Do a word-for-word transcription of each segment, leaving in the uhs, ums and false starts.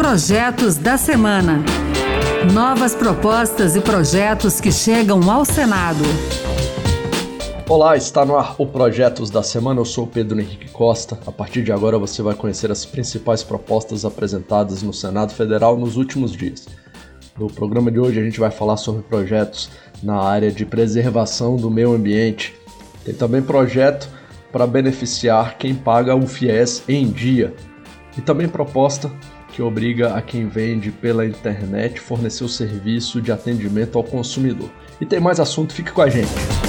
Projetos da Semana. Novas propostas e projetos que chegam ao Senado. Olá, está no ar o Projetos da Semana, eu sou o Pedro Henrique Costa. A partir de agora você vai conhecer as principais propostas apresentadas no Senado Federal nos últimos dias. No programa de hoje a gente vai falar sobre projetos na área de preservação do meio ambiente. Tem também projeto para beneficiar quem paga o fiéis em dia. E também proposta que obriga a quem vende pela internet fornecer o serviço de atendimento ao consumidor. E tem mais assunto, fique com a gente.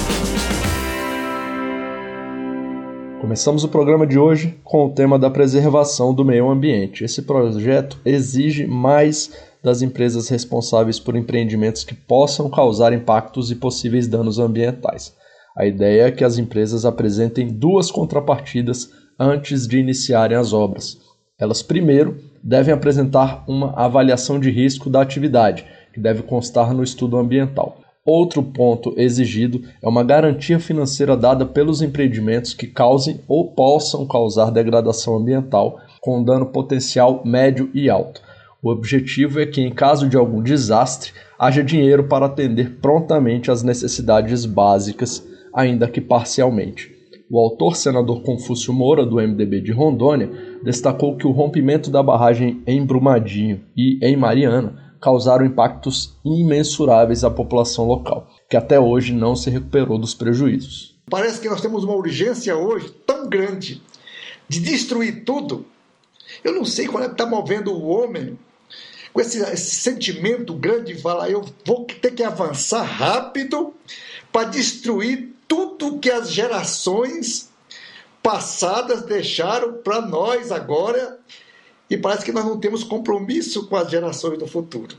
Começamos o programa de hoje com o tema da preservação do meio ambiente. Esse projeto exige mais das empresas responsáveis por empreendimentos que possam causar impactos e possíveis danos ambientais. A ideia é que as empresas apresentem duas contrapartidas antes de iniciarem as obras. Elas, primeiro, devem apresentar uma avaliação de risco da atividade, que deve constar no estudo ambiental. Outro ponto exigido é uma garantia financeira dada pelos empreendimentos que causem ou possam causar degradação ambiental, com dano potencial médio e alto. O objetivo é que, em caso de algum desastre, haja dinheiro para atender prontamente às necessidades básicas, ainda que parcialmente. O autor, senador Confúcio Moura, do M D B de Rondônia, destacou que o rompimento da barragem em Brumadinho e em Mariana causaram impactos imensuráveis à população local, que até hoje não se recuperou dos prejuízos. Parece que nós temos uma urgência hoje tão grande de destruir tudo. Eu não sei qual é que está movendo o homem com esse, esse sentimento grande de falar, eu vou ter que avançar rápido para destruir tudo que as gerações passadas deixaram para nós agora, e parece que nós não temos compromisso com as gerações do futuro.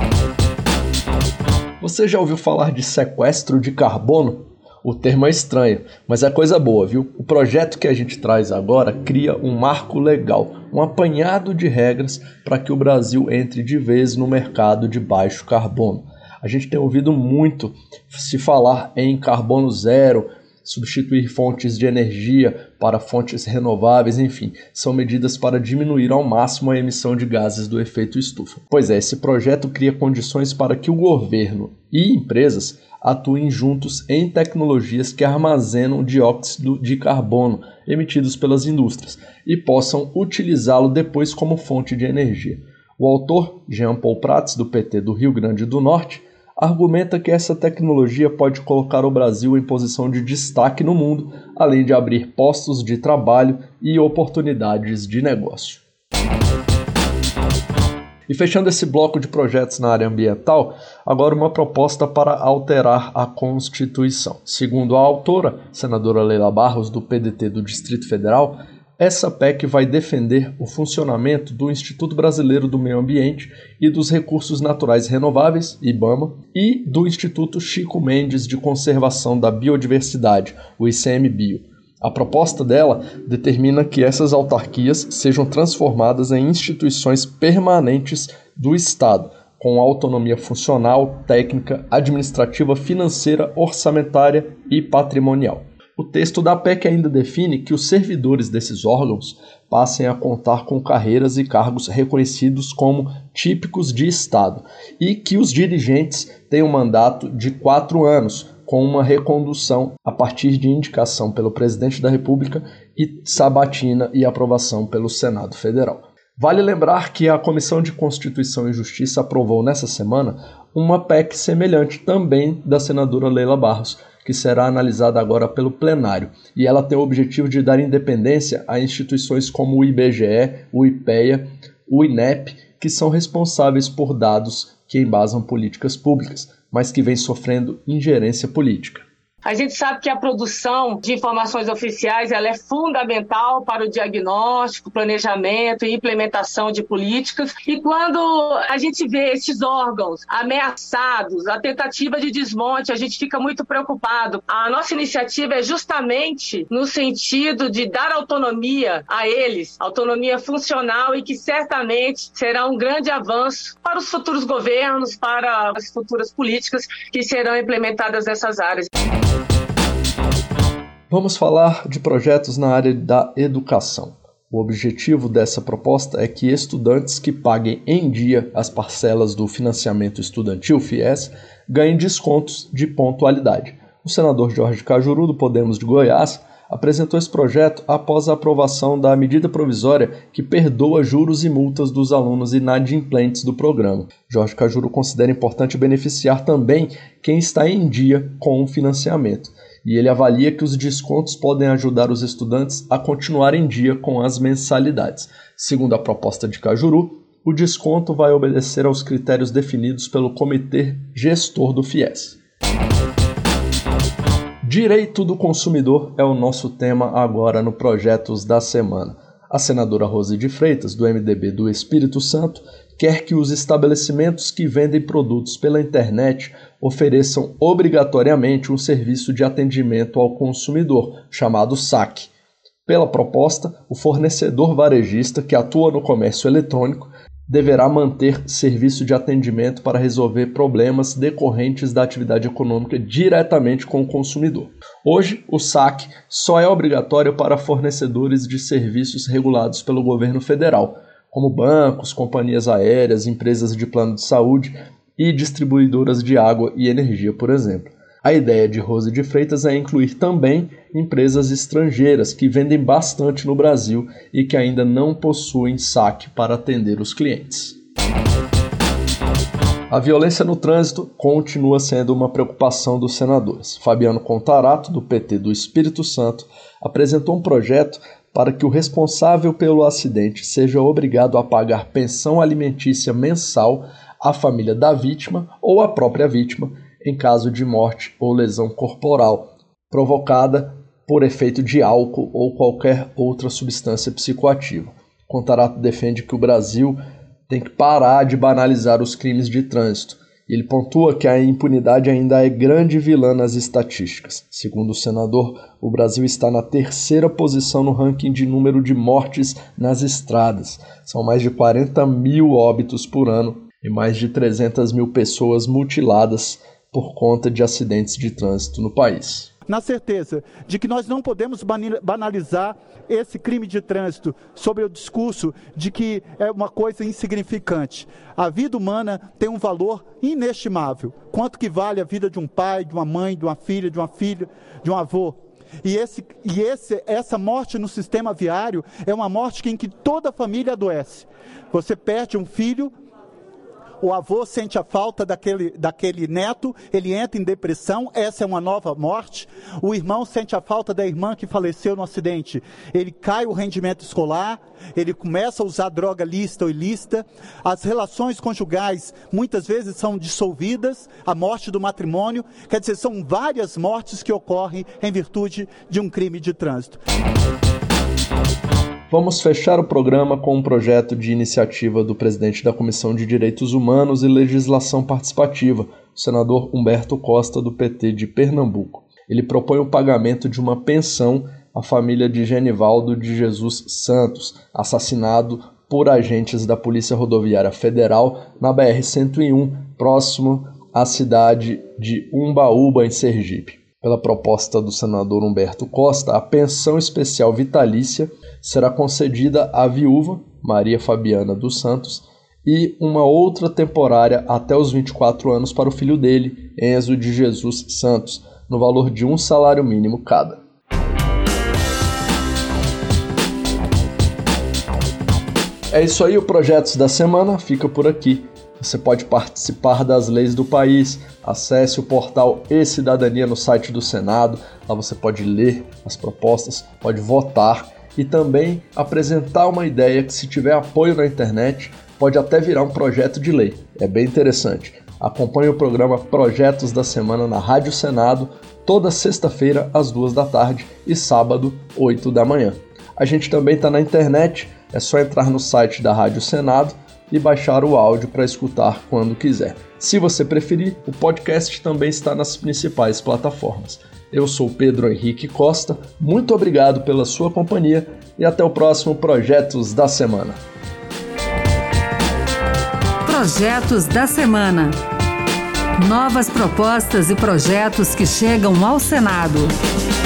Você já ouviu falar de sequestro de carbono? O termo é estranho, mas é coisa boa, viu? O projeto que a gente traz agora cria um marco legal, um apanhado de regras para que o Brasil entre de vez no mercado de baixo carbono. A gente tem ouvido muito se falar em carbono zero, substituir fontes de energia para fontes renováveis, enfim, são medidas para diminuir ao máximo a emissão de gases do efeito estufa. Pois é, esse projeto cria condições para que o governo e empresas atuem juntos em tecnologias que armazenam dióxido de carbono emitidos pelas indústrias e possam utilizá-lo depois como fonte de energia. O autor, Jean Paul Prats, do P T do Rio Grande do Norte, argumenta que essa tecnologia pode colocar o Brasil em posição de destaque no mundo, além de abrir postos de trabalho e oportunidades de negócio. E fechando esse bloco de projetos na área ambiental, agora uma proposta para alterar a Constituição. Segundo a autora, senadora Leila Barros, do P D T do Distrito Federal, essa P E C vai defender o funcionamento do Instituto Brasileiro do Meio Ambiente e dos Recursos Naturais Renováveis, IBAMA, e do Instituto Chico Mendes de Conservação da Biodiversidade, o ICMBio. A proposta dela determina que essas autarquias sejam transformadas em instituições permanentes do Estado, com autonomia funcional, técnica, administrativa, financeira, orçamentária e patrimonial. O texto da P E C ainda define que os servidores desses órgãos passem a contar com carreiras e cargos reconhecidos como típicos de Estado e que os dirigentes tenham mandato de quatro anos, com uma recondução a partir de indicação pelo Presidente da República e sabatina e aprovação pelo Senado Federal. Vale lembrar que a Comissão de Constituição e Justiça aprovou nessa semana uma P E C semelhante também da senadora Leila Barros, que será analisada agora pelo plenário, e ela tem o objetivo de dar independência a instituições como o I B G E, o IPEA, o INEP, que são responsáveis por dados que embasam políticas públicas, mas que vêm sofrendo ingerência política. A gente sabe que a produção de informações oficiais ela é fundamental para o diagnóstico, planejamento e implementação de políticas. E quando a gente vê esses órgãos ameaçados, a tentativa de desmonte, a gente fica muito preocupado. A nossa iniciativa é justamente no sentido de dar autonomia a eles, autonomia funcional, e que certamente será um grande avanço para os futuros governos, para as futuras políticas que serão implementadas nessas áreas. Vamos falar de projetos na área da educação. O objetivo dessa proposta é que estudantes que paguem em dia as parcelas do financiamento estudantil FIES ganhem descontos de pontualidade. O senador Jorge Cajuru, do Podemos de Goiás, apresentou esse projeto após a aprovação da medida provisória que perdoa juros e multas dos alunos inadimplentes do programa. Jorge Cajuru considera importante beneficiar também quem está em dia com o financiamento, e ele avalia que os descontos podem ajudar os estudantes a continuar em dia com as mensalidades. Segundo a proposta de Cajuru, o desconto vai obedecer aos critérios definidos pelo Comitê Gestor do FIES. Direito do consumidor é o nosso tema agora no Projetos da Semana. A senadora Rose de Freitas, do M D B do Espírito Santo, quer que os estabelecimentos que vendem produtos pela internet ofereçam obrigatoriamente um serviço de atendimento ao consumidor, chamado saque. Pela proposta, o fornecedor varejista que atua no comércio eletrônico deverá manter serviço de atendimento para resolver problemas decorrentes da atividade econômica diretamente com o consumidor. Hoje, o saque só é obrigatório para fornecedores de serviços regulados pelo governo federal, como bancos, companhias aéreas, empresas de plano de saúde e distribuidoras de água e energia, por exemplo. A ideia de Rose de Freitas é incluir também empresas estrangeiras que vendem bastante no Brasil e que ainda não possuem saque para atender os clientes. A violência no trânsito continua sendo uma preocupação dos senadores. Fabiano Contarato, do P T do Espírito Santo, apresentou um projeto para que o responsável pelo acidente seja obrigado a pagar pensão alimentícia mensal à família da vítima ou à própria vítima em caso de morte ou lesão corporal provocada por efeito de álcool ou qualquer outra substância psicoativa. Contarato defende que o Brasil tem que parar de banalizar os crimes de trânsito. Ele pontua que a impunidade ainda é grande vilã nas estatísticas. Segundo o senador, o Brasil está na terceira posição no ranking de número de mortes nas estradas. São mais de quarenta mil óbitos por ano e mais de trezentas mil pessoas mutiladas por conta de acidentes de trânsito no país. Na certeza de que nós não podemos banalizar esse crime de trânsito sobre o discurso de que é uma coisa insignificante. A vida humana tem um valor inestimável. Quanto que vale a vida de um pai, de uma mãe, de uma filha, de uma filha, de um avô? E, esse, e esse, essa morte no sistema viário é uma morte em que toda a família adoece. Você perde um filho, o avô sente a falta daquele, daquele neto, ele entra em depressão, essa é uma nova morte. O irmão sente a falta da irmã que faleceu no acidente, ele cai o rendimento escolar, ele começa a usar droga lícita ou ilícita, as relações conjugais muitas vezes são dissolvidas, a morte do matrimônio, quer dizer, são várias mortes que ocorrem em virtude de um crime de trânsito. Vamos fechar o programa com um projeto de iniciativa do presidente da Comissão de Direitos Humanos e Legislação Participativa, o senador Humberto Costa, do P T de Pernambuco. Ele propõe o pagamento de uma pensão à família de Genivaldo de Jesus Santos, assassinado por agentes da Polícia Rodoviária Federal na B R cento e um, próximo à cidade de Umbaúba, em Sergipe. Pela proposta do senador Humberto Costa, a pensão especial vitalícia será concedida à viúva, Maria Fabiana dos Santos, e uma outra temporária até os vinte e quatro anos para o filho dele, Enzo de Jesus Santos, no valor de um salário mínimo cada. É isso aí, o Projetos da Semana fica por aqui. Você pode participar das leis do país. Acesse o portal E-Cidadania no site do Senado. Lá você pode ler as propostas, pode votar e também apresentar uma ideia que, se tiver apoio na internet, pode até virar um projeto de lei. É bem interessante. Acompanhe o programa Projetos da Semana na Rádio Senado, toda sexta-feira às duas da tarde e sábado, oito da manhã. A gente também está na internet, é só entrar no site da Rádio Senado e baixar o áudio para escutar quando quiser. Se você preferir, o podcast também está nas principais plataformas. Eu sou Pedro Henrique Costa, muito obrigado pela sua companhia e até o próximo Projetos da Semana. Projetos da Semana. Novas propostas e projetos que chegam ao Senado.